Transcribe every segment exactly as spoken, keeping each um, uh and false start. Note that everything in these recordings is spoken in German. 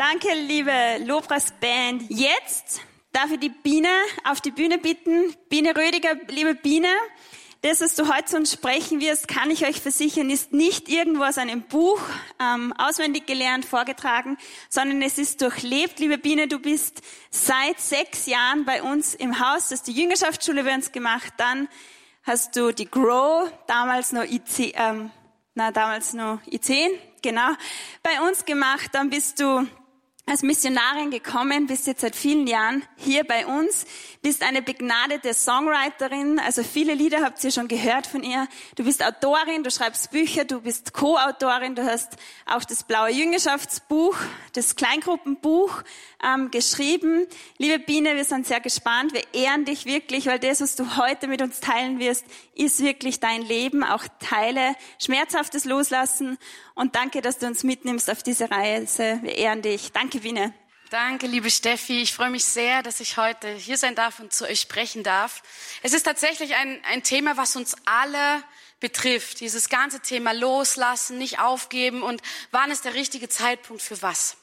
Danke, liebe Lobpreisband. Jetzt darf ich die Biene auf die Bühne bitten. Biene Rödiger, liebe Biene, das, was du heute zu uns sprechen wirst, kann ich euch versichern, ist nicht irgendwo aus einem Buch ähm, auswendig gelernt, vorgetragen, sondern es ist durchlebt. Liebe Biene, du bist seit sechs Jahren bei uns im Haus, du hast die Jüngerschaftsschule bei uns gemacht, dann hast du die Grow, damals noch I C, ähm, na, damals noch I zehn, genau, bei uns gemacht, dann bist du als Missionarin gekommen, bist jetzt seit vielen Jahren hier bei uns, bist eine begnadete Songwriterin, also viele Lieder habt ihr schon gehört von ihr. Du bist Autorin, du schreibst Bücher, du bist Co-Autorin, du hast auch das Blaue Jüngerschaftsbuch, das Kleingruppenbuch ähm, geschrieben. Liebe Biene, wir sind sehr gespannt, wir ehren dich wirklich, weil das, was du heute mit uns teilen wirst, ist wirklich dein Leben, auch Teile, schmerzhaftes Loslassen. Und danke, dass du uns mitnimmst auf diese Reise. Wir ehren dich. Danke, Biene. Danke, liebe Steffi. Ich freue mich sehr, dass ich heute hier sein darf und zu euch sprechen darf. Es ist tatsächlich ein, ein Thema, was uns alle betrifft. Dieses ganze Thema Loslassen, nicht aufgeben und wann ist der richtige Zeitpunkt für was.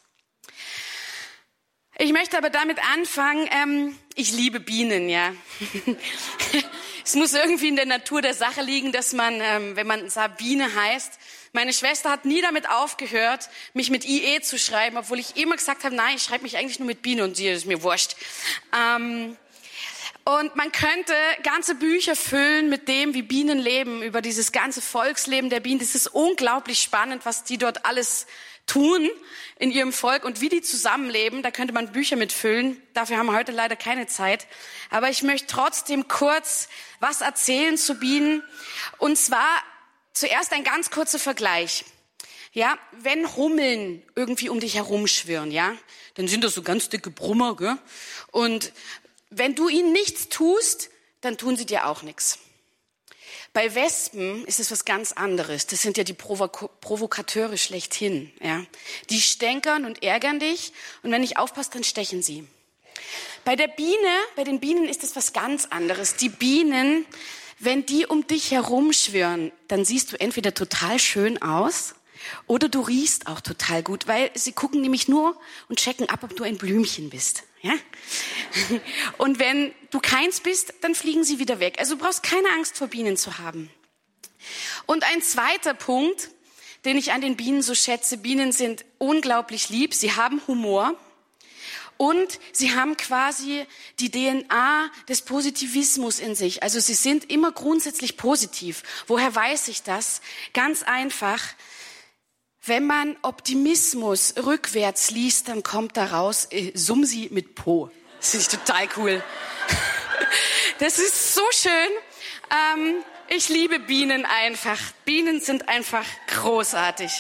Ich möchte aber damit anfangen, ähm, ich liebe Bienen, ja. Es muss irgendwie in der Natur der Sache liegen, dass man, ähm, wenn man Sabine heißt, meine Schwester hat nie damit aufgehört, mich mit I E zu schreiben, obwohl ich immer gesagt habe, nein, ich schreibe mich eigentlich nur mit Biene und sie ist mir wurscht. Ähm, und man könnte ganze Bücher füllen mit dem, wie Bienen leben, über dieses ganze Volksleben der Bienen. Das ist unglaublich spannend, was die dort alles tun in ihrem Volk und wie die zusammenleben. Da könnte man Bücher mitfüllen. Dafür haben wir heute leider keine Zeit. Aber ich möchte trotzdem kurz was erzählen zu Bienen. Und zwar zuerst ein ganz kurzer Vergleich. Ja, wenn Hummeln irgendwie um dich herumschwirren, ja, dann sind das so ganz dicke Brummer, gell? Und wenn du ihnen nichts tust, dann tun sie dir auch nichts. Bei Wespen ist es was ganz anderes. Das sind ja die Provok- Provokateure schlechthin, ja. Die stänkern und ärgern dich und wenn nicht aufpasst, dann stechen sie. Bei der Biene, bei den Bienen ist es was ganz anderes. Die Bienen, wenn die um dich herumschwirren, dann siehst du entweder total schön aus oder du riechst auch total gut, weil sie gucken nämlich nur und checken ab, ob du ein Blümchen bist. Ja? Und wenn du keins bist, dann fliegen sie wieder weg. Also du brauchst keine Angst vor Bienen zu haben. Und ein zweiter Punkt, den ich an den Bienen so schätze, Bienen sind unglaublich lieb, sie haben Humor. Und sie haben quasi die D N A des Positivismus in sich. Also sie sind immer grundsätzlich positiv. Woher weiß ich das? Ganz einfach. Wenn man Optimismus rückwärts liest, dann kommt daraus äh, Sumsi mit Po. Das ist total cool. Das ist so schön. Ähm, ich liebe Bienen einfach. Bienen sind einfach großartig.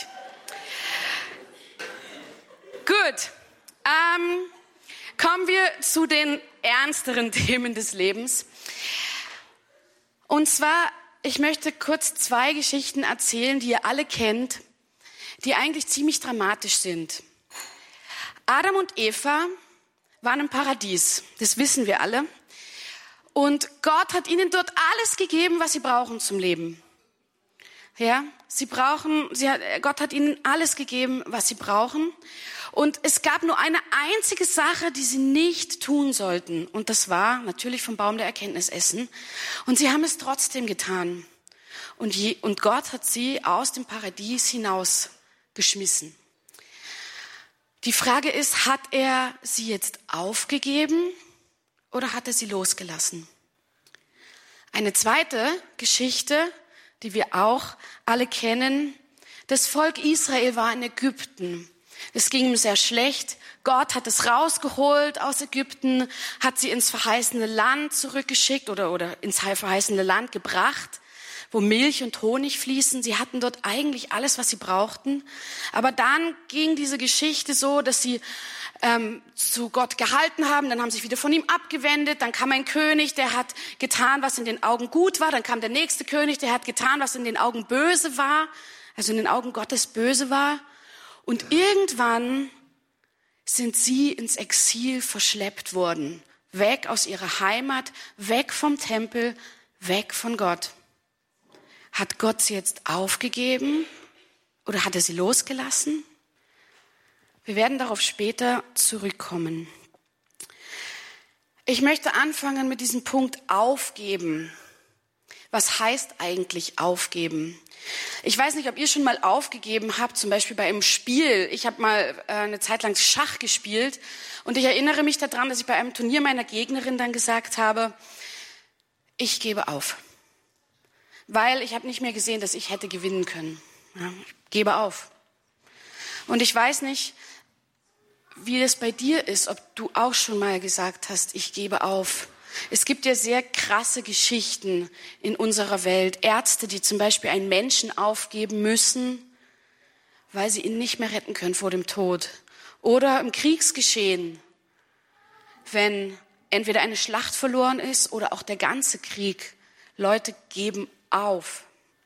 Gut. Ähm, Kommen wir zu den ernsteren Themen des Lebens. Und zwar, ich möchte kurz zwei Geschichten erzählen, die ihr alle kennt, die eigentlich ziemlich dramatisch sind. Adam und Eva waren im Paradies, das wissen wir alle. Und Gott hat ihnen dort alles gegeben, was sie brauchen zum Leben. Ja, sie brauchen, sie hat, Gott hat ihnen alles gegeben, was sie brauchen. Und es gab nur eine einzige Sache, die sie nicht tun sollten. Und das war natürlich vom Baum der Erkenntnis essen. Und sie haben es trotzdem getan. Und, je, und Gott hat sie aus dem Paradies hinausgeschmissen. Die Frage ist, hat er sie jetzt aufgegeben oder hat er sie losgelassen? Eine zweite Geschichte, die wir auch alle kennen. Das Volk Israel war in Ägypten. Es ging ihm sehr schlecht. Gott hat es rausgeholt aus Ägypten, hat sie ins verheißene Land zurückgeschickt oder, oder ins verheißene Land gebracht, wo Milch und Honig fließen. Sie hatten dort eigentlich alles, was sie brauchten. Aber dann ging diese Geschichte so, dass sie ähm, zu Gott gehalten haben. Dann haben sie sich wieder von ihm abgewendet. Dann kam ein König, der hat getan, was in den Augen gut war. Dann kam der nächste König, der hat getan, was in den Augen böse war. Also in den Augen Gottes böse war. Und irgendwann sind sie ins Exil verschleppt worden. Weg aus ihrer Heimat, weg vom Tempel, weg von Gott. Hat Gott sie jetzt aufgegeben oder hat er sie losgelassen? Wir werden darauf später zurückkommen. Ich möchte anfangen mit diesem Punkt aufgeben. Was heißt eigentlich aufgeben? Ich weiß nicht, ob ihr schon mal aufgegeben habt, zum Beispiel bei einem Spiel. Ich habe mal äh, eine Zeit lang Schach gespielt und ich erinnere mich daran, dass ich bei einem Turnier meiner Gegnerin dann gesagt habe, ich gebe auf. Weil ich habe nicht mehr gesehen, dass ich hätte gewinnen können. Ja, ich gebe auf. Und ich weiß nicht, wie es bei dir ist, ob du auch schon mal gesagt hast, ich gebe auf. Es gibt ja sehr krasse Geschichten in unserer Welt. Ärzte, die zum Beispiel einen Menschen aufgeben müssen, weil sie ihn nicht mehr retten können vor dem Tod. Oder im Kriegsgeschehen, wenn entweder eine Schlacht verloren ist oder auch der ganze Krieg. Leute geben auf.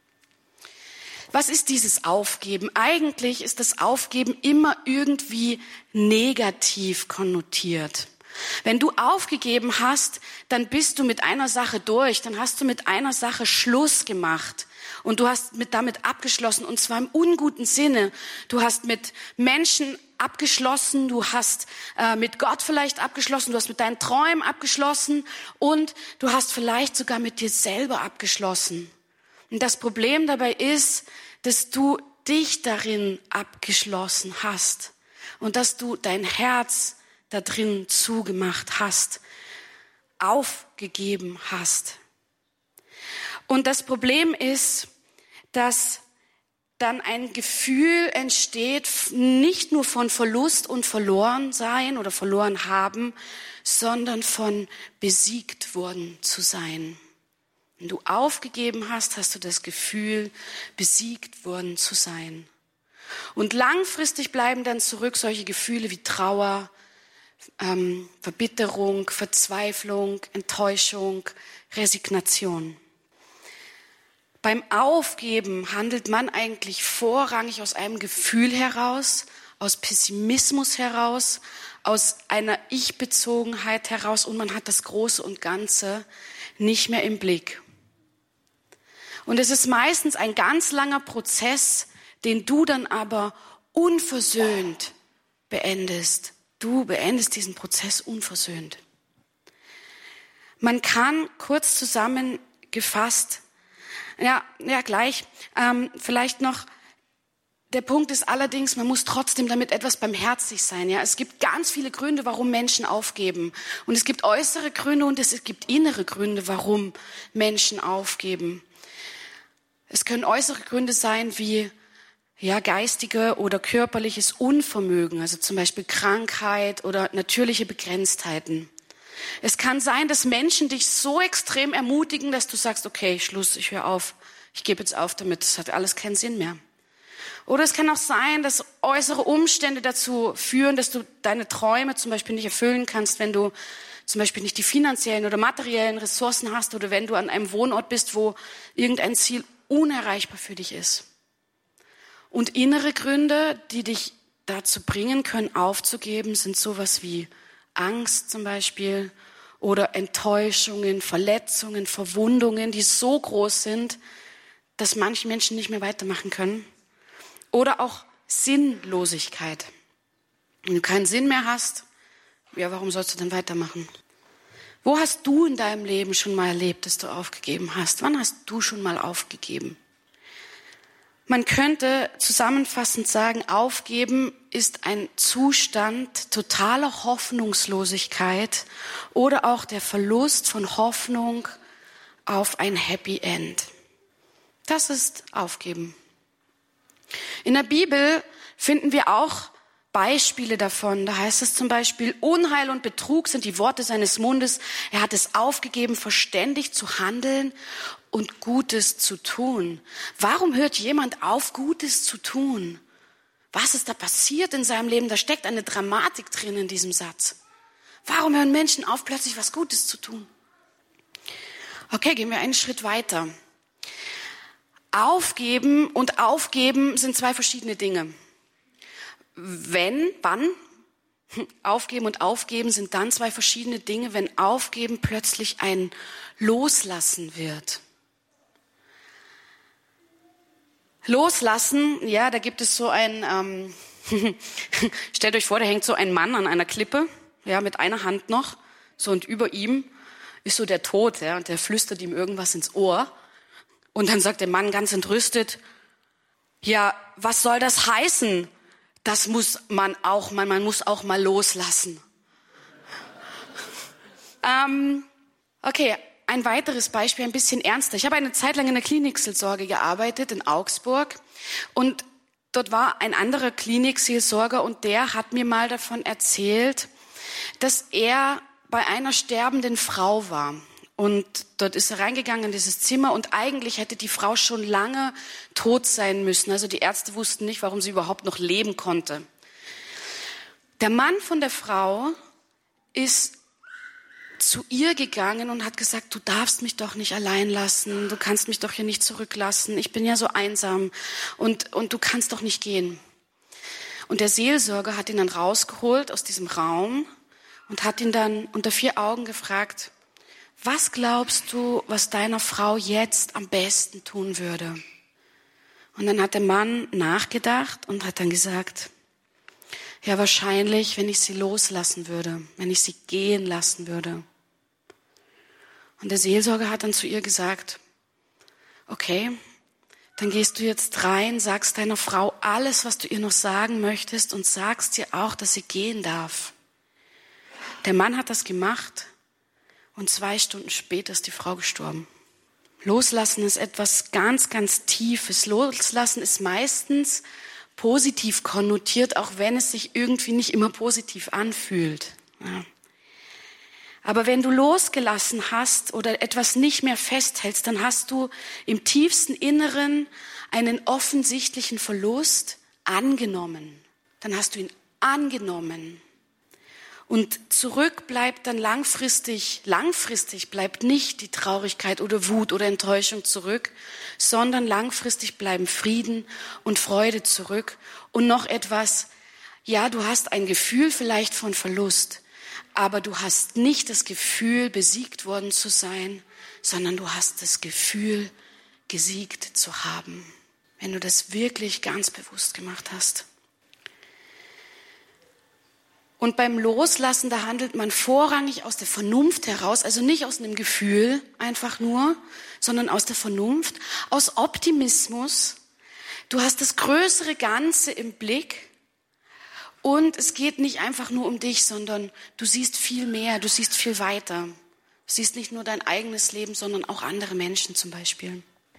Was ist dieses Aufgeben? Eigentlich ist das Aufgeben immer irgendwie negativ konnotiert. Wenn du aufgegeben hast, dann bist du mit einer Sache durch, dann hast du mit einer Sache Schluss gemacht und du hast mit damit abgeschlossen und zwar im unguten Sinne. Du hast mit Menschen abgeschlossen, du hast äh, mit Gott vielleicht abgeschlossen, du hast mit deinen Träumen abgeschlossen und du hast vielleicht sogar mit dir selber abgeschlossen. Und das Problem dabei ist, dass du dich darin abgeschlossen hast und dass du dein Herz da drin zugemacht hast, aufgegeben hast. Und das Problem ist, dass dann ein Gefühl entsteht, nicht nur von Verlust und Verlorensein oder verloren haben, sondern von besiegt worden zu sein. Wenn du aufgegeben hast, hast du das Gefühl, besiegt worden zu sein. Und langfristig bleiben dann zurück solche Gefühle wie Trauer, ähm, Verbitterung, Verzweiflung, Enttäuschung, Resignation. Beim Aufgeben handelt man eigentlich vorrangig aus einem Gefühl heraus, aus Pessimismus heraus, aus einer Ich-Bezogenheit heraus und man hat das Große und Ganze nicht mehr im Blick. Und es ist meistens ein ganz langer Prozess, den du dann aber unversöhnt beendest. Du beendest diesen Prozess unversöhnt. Man kann kurz zusammengefasst, ja, ja gleich, ähm, vielleicht noch, der Punkt ist allerdings, man muss trotzdem damit etwas barmherzig sein. Ja, es gibt ganz viele Gründe, warum Menschen aufgeben. Und es gibt äußere Gründe und es gibt innere Gründe, warum Menschen aufgeben. Es können äußere Gründe sein wie ja, geistige oder körperliches Unvermögen, also zum Beispiel Krankheit oder natürliche Begrenztheiten. Es kann sein, dass Menschen dich so extrem ermutigen, dass du sagst, okay, Schluss, ich höre auf, ich gebe jetzt auf damit, das hat alles keinen Sinn mehr. Oder es kann auch sein, dass äußere Umstände dazu führen, dass du deine Träume zum Beispiel nicht erfüllen kannst, wenn du zum Beispiel nicht die finanziellen oder materiellen Ressourcen hast oder wenn du an einem Wohnort bist, wo irgendein Ziel unerreichbar für dich ist. Und innere Gründe, die dich dazu bringen können, aufzugeben, sind sowas wie Angst zum Beispiel oder Enttäuschungen, Verletzungen, Verwundungen, die so groß sind, dass manche Menschen nicht mehr weitermachen können. Oder auch Sinnlosigkeit. Wenn du keinen Sinn mehr hast, ja, warum sollst du dann weitermachen? Wo hast du in deinem Leben schon mal erlebt, dass du aufgegeben hast? Wann hast du schon mal aufgegeben? Man könnte zusammenfassend sagen, aufgeben ist ein Zustand totaler Hoffnungslosigkeit oder auch der Verlust von Hoffnung auf ein Happy End. Das ist aufgeben. In der Bibel finden wir auch Beispiele davon. Da heißt es zum Beispiel, Unheil und Betrug sind die Worte seines Mundes. Er hat es aufgegeben, verständig zu handeln und Gutes zu tun. Warum hört jemand auf, Gutes zu tun? Was ist da passiert in seinem Leben? Da steckt eine Dramatik drin in diesem Satz. Warum hören Menschen auf, plötzlich was Gutes zu tun? Okay, gehen wir einen Schritt weiter. Aufgeben und Aufgeben sind zwei verschiedene Dinge. Wenn, wann? Aufgeben und Aufgeben sind dann zwei verschiedene Dinge, wenn Aufgeben plötzlich ein Loslassen wird. Loslassen, ja, da gibt es so ein, ähm, Stellt euch vor, da hängt so ein Mann an einer Klippe, ja, mit einer Hand noch, so, und über ihm ist so der Tod, ja, und der flüstert ihm irgendwas ins Ohr. Und dann sagt der Mann ganz entrüstet, ja, was soll das heißen? Das muss man auch mal, man muss auch mal loslassen. ähm, okay, ein weiteres Beispiel, ein bisschen ernster. Ich habe eine Zeit lang in der Klinikseelsorge gearbeitet in Augsburg und dort war ein anderer Klinikseelsorger und der hat mir mal davon erzählt, dass er bei einer sterbenden Frau war. Und dort ist er reingegangen in dieses Zimmer und eigentlich hätte die Frau schon lange tot sein müssen. Also die Ärzte wussten nicht, warum sie überhaupt noch leben konnte. Der Mann von der Frau ist zu ihr gegangen und hat gesagt, du darfst mich doch nicht allein lassen, du kannst mich doch hier nicht zurücklassen, ich bin ja so einsam und, und du kannst doch nicht gehen. Und der Seelsorger hat ihn dann rausgeholt aus diesem Raum und hat ihn dann unter vier Augen gefragt, was glaubst du, was deiner Frau jetzt am besten tun würde? Und dann hat der Mann nachgedacht und hat dann gesagt, ja wahrscheinlich, wenn ich sie loslassen würde, wenn ich sie gehen lassen würde. Und der Seelsorger hat dann zu ihr gesagt, okay, dann gehst du jetzt rein, sagst deiner Frau alles, was du ihr noch sagen möchtest und sagst ihr auch, dass sie gehen darf. Der Mann hat das gemacht und zwei Stunden später ist die Frau gestorben. Loslassen ist etwas ganz, ganz Tiefes. Loslassen ist meistens positiv konnotiert, auch wenn es sich irgendwie nicht immer positiv anfühlt. Ja. Aber wenn du losgelassen hast oder etwas nicht mehr festhältst, dann hast du im tiefsten Inneren einen offensichtlichen Verlust angenommen. Dann hast du ihn angenommen. Und zurück bleibt dann langfristig, langfristig bleibt nicht die Traurigkeit oder Wut oder Enttäuschung zurück, sondern langfristig bleiben Frieden und Freude zurück. Und noch etwas, ja, du hast ein Gefühl vielleicht von Verlust, aber du hast nicht das Gefühl, besiegt worden zu sein, sondern du hast das Gefühl, gesiegt zu haben, wenn du das wirklich ganz bewusst gemacht hast. Und beim Loslassen, da handelt man vorrangig aus der Vernunft heraus, also nicht aus einem Gefühl einfach nur, sondern aus der Vernunft, aus Optimismus. Du hast das größere Ganze im Blick und es geht nicht einfach nur um dich, sondern du siehst viel mehr, du siehst viel weiter. Du siehst nicht nur dein eigenes Leben, sondern auch andere Menschen zum Beispiel.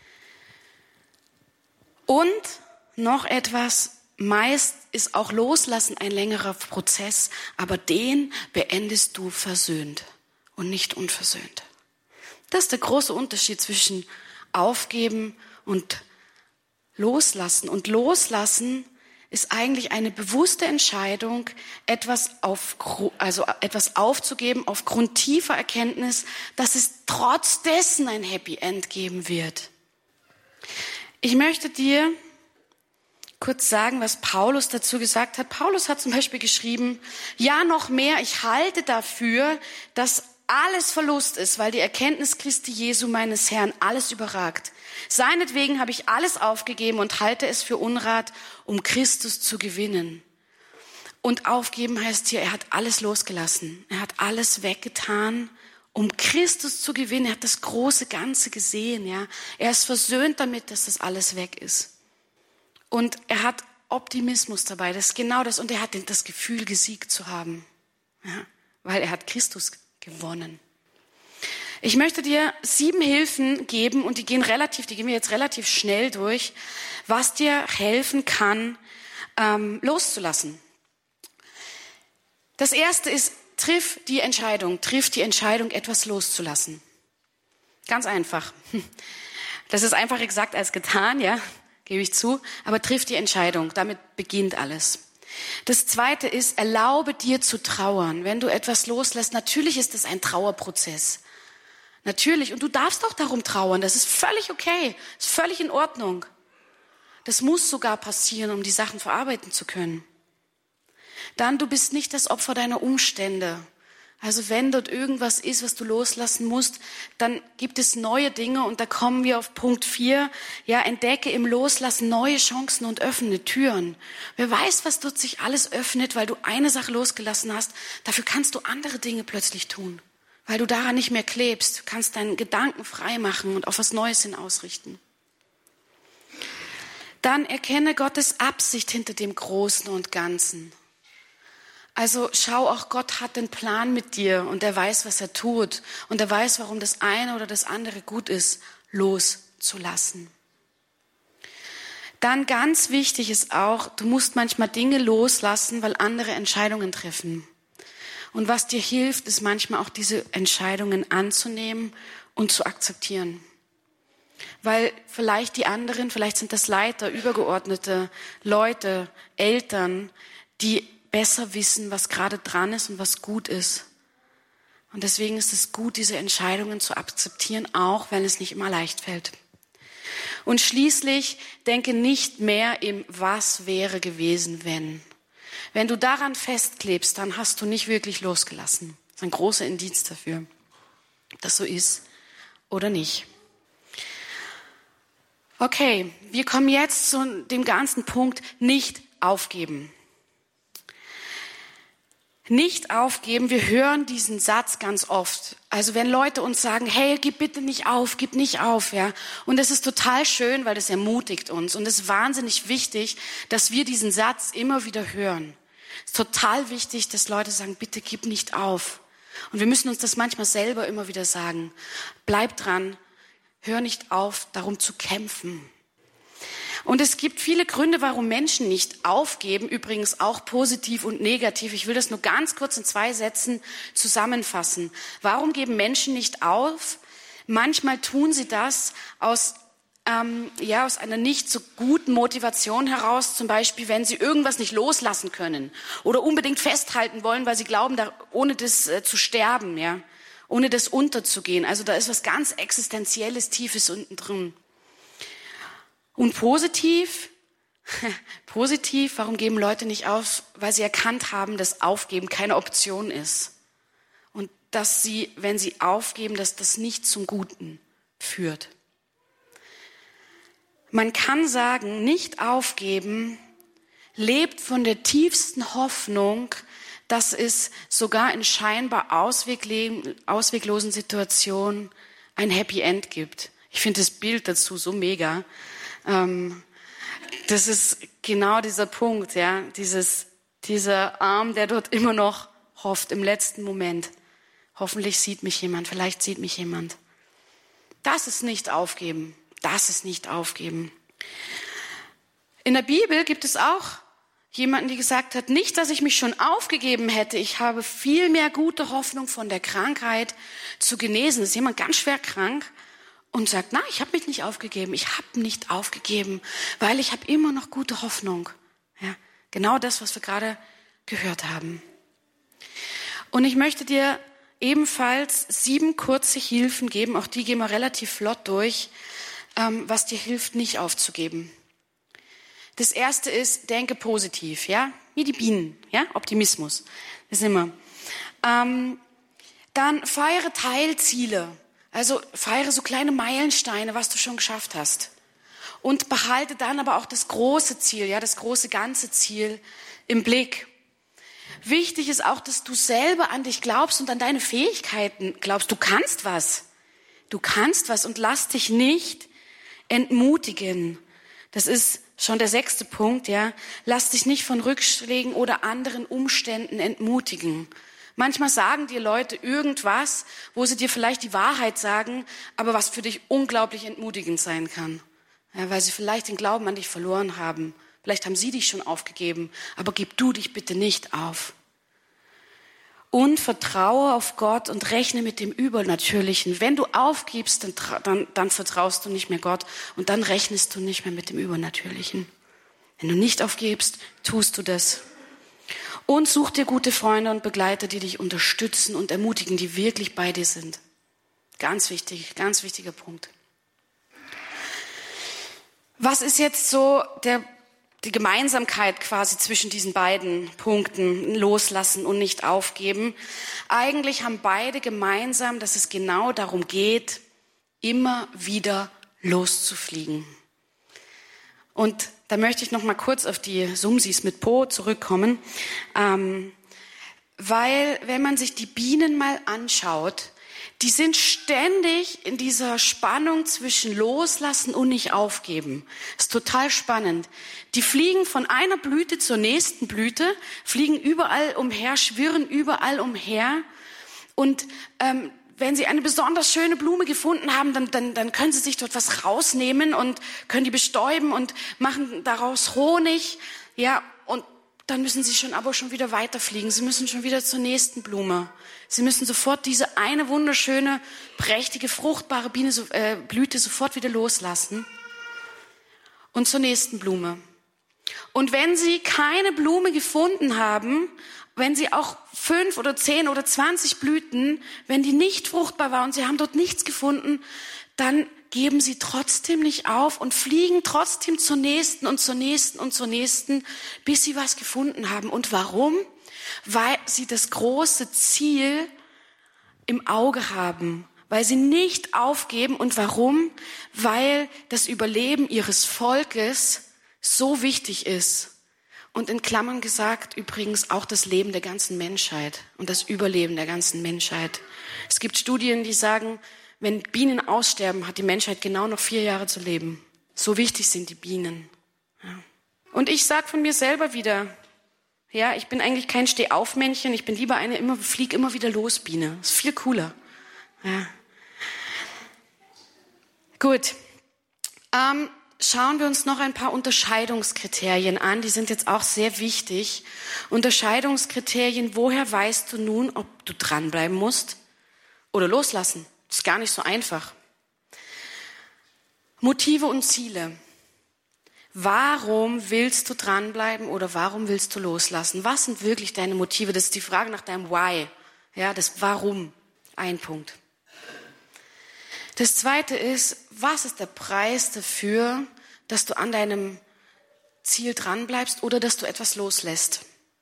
Und noch etwas, meist ist auch Loslassen ein längerer Prozess, aber den beendest du versöhnt und nicht unversöhnt. Das ist der große Unterschied zwischen Aufgeben und Loslassen. Und Loslassen ist eigentlich eine bewusste Entscheidung, etwas, auf, also etwas aufzugeben aufgrund tiefer Erkenntnis, dass es trotz dessen ein Happy End geben wird. Ich möchte dir kurz sagen, was Paulus dazu gesagt hat. Paulus hat zum Beispiel geschrieben, ja noch mehr, ich halte dafür, dass alles Verlust ist, weil die Erkenntnis Christi Jesu meines Herrn alles überragt. Seinetwegen habe ich alles aufgegeben und halte es für Unrat, um Christus zu gewinnen. Und aufgeben heißt hier, er hat alles losgelassen. Er hat alles weggetan, um Christus zu gewinnen. Er hat das große Ganze gesehen. Ja, er ist versöhnt damit, dass das alles weg ist. Und er hat Optimismus dabei. Das ist genau das. Und er hat das Gefühl, gesiegt zu haben. Ja, weil er hat Christus gewonnen. Ich möchte dir sieben Hilfen geben und die gehen relativ, die gehen wir jetzt relativ schnell durch, was dir helfen kann, ähm, loszulassen. Das erste ist, triff die Entscheidung, triff die Entscheidung, etwas loszulassen. Ganz einfach. Das ist einfacher gesagt als getan, ja, gebe ich zu, aber triff die Entscheidung, damit beginnt alles. Das zweite ist, erlaube dir zu trauern. Wenn du etwas loslässt, natürlich ist das ein Trauerprozess. Natürlich. Und du darfst auch darum trauern. Das ist völlig okay. Das ist völlig in Ordnung. Das muss sogar passieren, um die Sachen verarbeiten zu können. Dann, du bist nicht das Opfer deiner Umstände. Also wenn dort irgendwas ist, was du loslassen musst, dann gibt es neue Dinge und da kommen wir auf Punkt vier. Ja, entdecke im Loslassen neue Chancen und öffne Türen. Wer weiß, was dort sich alles öffnet, weil du eine Sache losgelassen hast, dafür kannst du andere Dinge plötzlich tun. Weil du daran nicht mehr klebst, du kannst deinen Gedanken frei machen und auf was Neues hin ausrichten. Dann erkenne Gottes Absicht hinter dem Großen und Ganzen. Also schau auch, Gott hat den Plan mit dir und er weiß, was er tut. Und er weiß, warum das eine oder das andere gut ist, loszulassen. Dann ganz wichtig ist auch, du musst manchmal Dinge loslassen, weil andere Entscheidungen treffen. Und was dir hilft, ist manchmal auch diese Entscheidungen anzunehmen und zu akzeptieren. Weil vielleicht die anderen, vielleicht sind das Leiter, übergeordnete Leute, Eltern, die besser wissen, was gerade dran ist und was gut ist. Und deswegen ist es gut, diese Entscheidungen zu akzeptieren, auch wenn es nicht immer leicht fällt. Und schließlich denke nicht mehr im Was wäre gewesen, wenn. Wenn du daran festklebst, dann hast du nicht wirklich losgelassen. Das ist ein großer Indiz dafür, dass so ist oder nicht. Okay, wir kommen jetzt zu dem ganzen Punkt, nicht aufgeben. Nicht aufgeben, wir hören diesen Satz ganz oft. Also wenn Leute uns sagen, hey, gib bitte nicht auf, gib nicht auf, ja. Und es ist total schön, weil das ermutigt uns. Und es ist wahnsinnig wichtig, dass wir diesen Satz immer wieder hören. Es ist total wichtig, dass Leute sagen, bitte gib nicht auf. Und wir müssen uns das manchmal selber immer wieder sagen. Bleib dran, hör nicht auf, darum zu kämpfen. Und es gibt viele Gründe, warum Menschen nicht aufgeben, übrigens auch positiv und negativ. Ich will das nur ganz kurz in zwei Sätzen zusammenfassen. Warum geben Menschen nicht auf? Manchmal tun sie das aus, ähm, ja, aus einer nicht so guten Motivation heraus, zum Beispiel, wenn sie irgendwas nicht loslassen können oder unbedingt festhalten wollen, weil sie glauben, da, ohne das äh, zu sterben, ja, ohne das unterzugehen. Also da ist was ganz Existenzielles, Tiefes unten drin. Und positiv, positiv, warum geben Leute nicht auf? Weil sie erkannt haben, dass Aufgeben keine Option ist. Und dass sie, wenn sie aufgeben, dass das nicht zum Guten führt. Man kann sagen, nicht aufgeben lebt von der tiefsten Hoffnung, dass es sogar in scheinbar ausweglosen Situationen ein Happy End gibt. Ich finde das Bild dazu so mega. Das ist genau dieser Punkt, ja, dieses, dieser Arm, der dort immer noch hofft im letzten Moment. Hoffentlich sieht mich jemand, vielleicht sieht mich jemand. Das ist nicht aufgeben, das ist nicht aufgeben. In der Bibel gibt es auch jemanden, die gesagt hat, nicht, dass ich mich schon aufgegeben hätte, ich habe viel mehr gute Hoffnung von der Krankheit zu genesen. Es ist jemand ganz schwer krank. Und sagt, na, ich habe mich nicht aufgegeben, ich habe nicht aufgegeben, weil ich habe immer noch gute Hoffnung. Ja, genau das, was wir gerade gehört haben. Und ich möchte dir ebenfalls sieben kurze Hilfen geben, auch die gehen wir relativ flott durch, ähm, was dir hilft, nicht aufzugeben. Das erste ist, denke positiv, ja, wie die Bienen, ja, Optimismus, das ist immer. Ähm, dann feiere Teilziele. Also feiere so kleine Meilensteine, was du schon geschafft hast. Und behalte dann aber auch das große Ziel, ja, das große ganze Ziel im Blick. Wichtig ist auch, dass du selber an dich glaubst und an deine Fähigkeiten glaubst. Du kannst was. Du kannst was und lass dich nicht entmutigen. Das ist schon der sechste Punkt, ja. Lass dich nicht von Rückschlägen oder anderen Umständen entmutigen. Manchmal sagen dir Leute irgendwas, wo sie dir vielleicht die Wahrheit sagen, aber was für dich unglaublich entmutigend sein kann. Ja, weil sie vielleicht den Glauben an dich verloren haben. Vielleicht haben sie dich schon aufgegeben, aber gib du dich bitte nicht auf. Und vertraue auf Gott und rechne mit dem Übernatürlichen. Wenn du aufgibst, dann, dann, dann vertraust du nicht mehr Gott und dann rechnest du nicht mehr mit dem Übernatürlichen. Wenn du nicht aufgibst, tust du das. Und such dir gute Freunde und Begleiter, die dich unterstützen und ermutigen, die wirklich bei dir sind. Ganz wichtig, ganz wichtiger Punkt. Was ist jetzt so der, die Gemeinsamkeit quasi zwischen diesen beiden Punkten, loslassen und nicht aufgeben. Eigentlich haben beide gemeinsam, dass es genau darum geht, immer wieder loszufliegen. Und da möchte ich noch mal kurz auf die Sumsis mit Po zurückkommen, ähm, weil wenn man sich die Bienen mal anschaut, die sind ständig in dieser Spannung zwischen loslassen und nicht aufgeben. Das ist total spannend. Die fliegen von einer Blüte zur nächsten Blüte, fliegen überall umher, schwirren überall umher. Und ähm, wenn sie eine besonders schöne Blume gefunden haben, dann, dann, dann können sie sich dort was rausnehmen und können die bestäuben und machen daraus Honig. Ja, und dann müssen sie schon aber schon wieder weiterfliegen. Sie müssen schon wieder zur nächsten Blume. Sie müssen sofort diese eine wunderschöne, prächtige, fruchtbare Biene, äh, Blüte sofort wieder loslassen und zur nächsten Blume. Und wenn sie keine Blume gefunden haben, wenn sie auch fünf oder zehn oder zwanzig Blüten, wenn die nicht fruchtbar waren und sie haben dort nichts gefunden, dann geben sie trotzdem nicht auf und fliegen trotzdem zur nächsten und zur nächsten und zur nächsten, bis sie was gefunden haben. Und warum? Weil sie das große Ziel im Auge haben, weil sie nicht aufgeben. Und warum? Weil das Überleben ihres Volkes so wichtig ist. Und in Klammern gesagt, übrigens auch das Leben der ganzen Menschheit und das Überleben der ganzen Menschheit. Es gibt Studien, die sagen, wenn Bienen aussterben, hat die Menschheit genau noch vier Jahre zu leben. So wichtig sind die Bienen. Ja. Und ich sage von mir selber wieder, ja, ich bin eigentlich kein Stehaufmännchen, ich bin lieber eine immer flieg immer wieder los Biene. Das ist viel cooler. Ja. Gut. Ähm, schauen wir uns noch ein paar Unterscheidungskriterien an. Die sind jetzt auch sehr wichtig. Unterscheidungskriterien, woher weißt du nun, ob du dranbleiben musst oder loslassen? Das ist gar nicht so einfach. Motive und Ziele. Warum willst du dranbleiben oder warum willst du loslassen? Was sind wirklich deine Motive? Das ist die Frage nach deinem Why. Ja, das Warum. Ein Punkt. Das zweite ist, was ist der Preis dafür, dass du an deinem Ziel dranbleibst oder dass du etwas loslässt?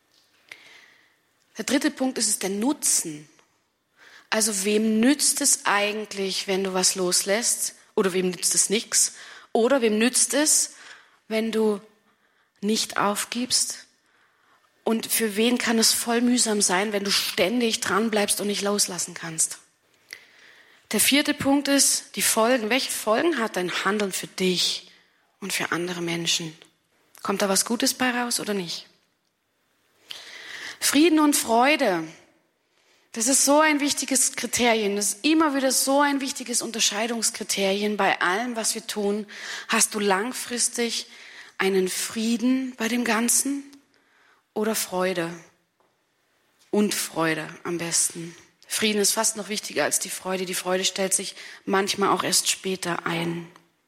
Der dritte Punkt ist, ist der Nutzen. Also wem nützt es eigentlich, wenn du was loslässt? Oder wem nützt es nichts? Oder wem nützt es, wenn du nicht aufgibst? Und für wen kann es voll mühsam sein, wenn du ständig dranbleibst und nicht loslassen kannst? Der vierte Punkt ist die Folgen. Welche Folgen hat dein Handeln für dich und für andere Menschen? Kommt da was Gutes bei raus oder nicht? Frieden und Freude. Das ist so ein wichtiges Kriterium. Das ist immer wieder so ein wichtiges Unterscheidungskriterium bei allem, was wir tun. Hast du langfristig einen Frieden bei dem Ganzen oder Freude? Und Freude am besten. Frieden ist fast noch wichtiger als die Freude. Die Freude stellt sich manchmal auch erst später ein.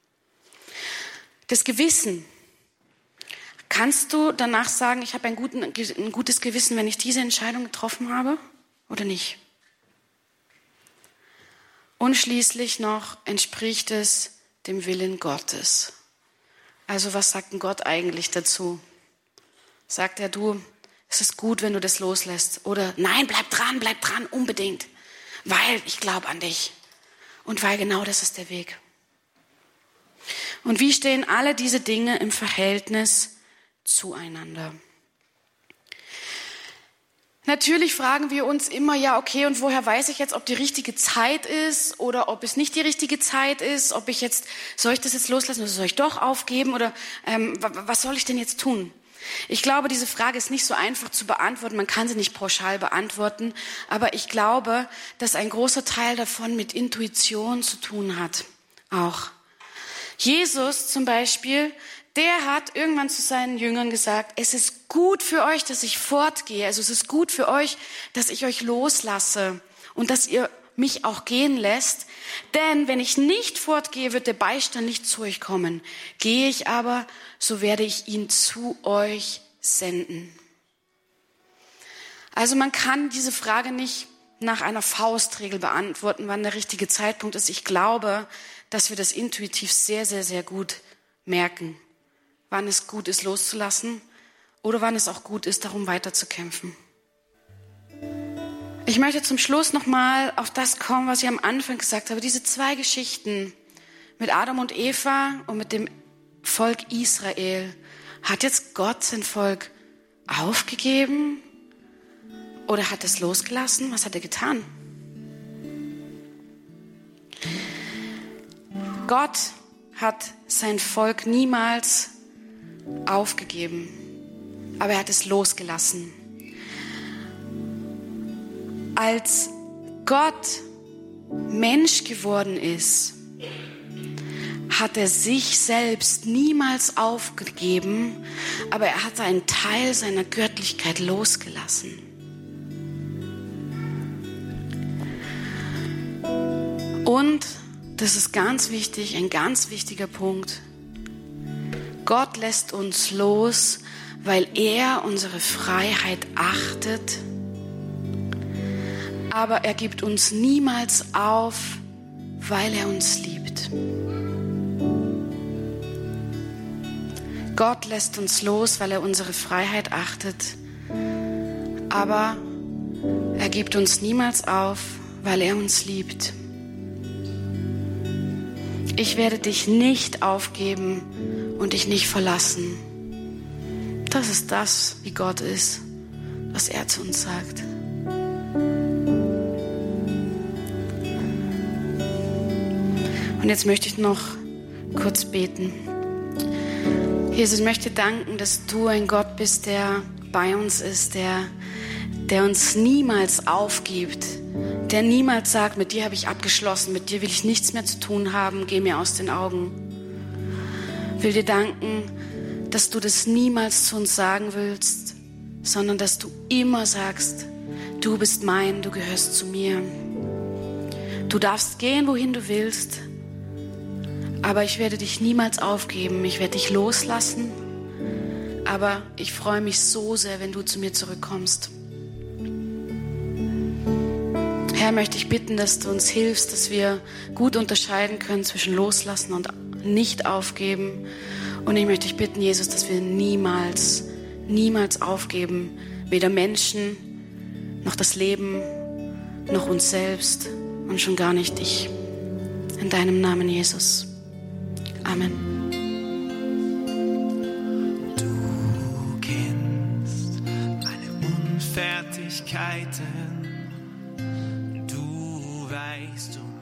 Das Gewissen. Kannst du danach sagen, ich habe ein, guten, ein gutes Gewissen, wenn ich diese Entscheidung getroffen habe? Oder nicht? Und schließlich noch, entspricht es dem Willen Gottes? Also was sagt denn Gott eigentlich dazu? Sagt er, du, es ist gut, wenn du das loslässt? Oder nein, bleib dran, bleib dran, unbedingt, weil ich glaube an dich und weil genau das ist der Weg. Und wie stehen alle diese Dinge im Verhältnis zueinander? Natürlich fragen wir uns immer, ja, okay, und woher weiß ich jetzt, ob die richtige Zeit ist oder ob es nicht die richtige Zeit ist, ob ich jetzt, soll ich das jetzt loslassen oder soll ich doch aufgeben oder ähm, was soll ich denn jetzt tun? Ich glaube, diese Frage ist nicht so einfach zu beantworten, man kann sie nicht pauschal beantworten, aber ich glaube, dass ein großer Teil davon mit Intuition zu tun hat, auch. Jesus zum Beispiel, der hat irgendwann zu seinen Jüngern gesagt, es ist gut für euch, dass ich fortgehe. Also es ist gut für euch, dass ich euch loslasse und dass ihr mich auch gehen lässt. Denn wenn ich nicht fortgehe, wird der Beistand nicht zu euch kommen. Gehe ich aber, so werde ich ihn zu euch senden. Also man kann diese Frage nicht nach einer Faustregel beantworten, wann der richtige Zeitpunkt ist. Ich glaube, dass wir das intuitiv sehr, sehr, sehr gut merken, wann es gut ist, loszulassen oder wann es auch gut ist, darum weiterzukämpfen. Ich möchte zum Schluss nochmal auf das kommen, was ich am Anfang gesagt habe. Diese zwei Geschichten mit Adam und Eva und mit dem Volk Israel. Hat jetzt Gott sein Volk aufgegeben oder hat es losgelassen? Was hat er getan? Gott hat sein Volk niemals aufgegeben, aber er hat es losgelassen. Als Gott Mensch geworden ist, hat er sich selbst niemals aufgegeben, aber er hat einen Teil seiner Göttlichkeit losgelassen. Und, das ist ganz wichtig, ein ganz wichtiger Punkt, Gott lässt uns los, weil er unsere Freiheit achtet, aber er gibt uns niemals auf, weil er uns liebt. Gott lässt uns los, weil er unsere Freiheit achtet, aber er gibt uns niemals auf, weil er uns liebt. Ich werde dich nicht aufgeben und dich nicht verlassen. Das ist das, wie Gott ist, was er zu uns sagt. Und jetzt möchte ich noch kurz beten. Jesus, ich möchte danken, dass du ein Gott bist, der bei uns ist, der, der uns niemals aufgibt, der niemals sagt, mit dir habe ich abgeschlossen, mit dir will ich nichts mehr zu tun haben, geh mir aus den Augen. Ich will dir danken, dass du das niemals zu uns sagen willst, sondern dass du immer sagst, du bist mein, du gehörst zu mir. Du darfst gehen, wohin du willst, aber ich werde dich niemals aufgeben, ich werde dich loslassen, aber ich freue mich so sehr, wenn du zu mir zurückkommst. Herr, möchte ich bitten, dass du uns hilfst, dass wir gut unterscheiden können zwischen loslassen und nicht aufgeben. Und ich möchte dich bitten, Jesus, dass wir niemals, niemals aufgeben, weder Menschen, noch das Leben, noch uns selbst und schon gar nicht dich. In deinem Namen, Jesus. Amen. Du kennst meine Unfertigkeiten. Du weißt um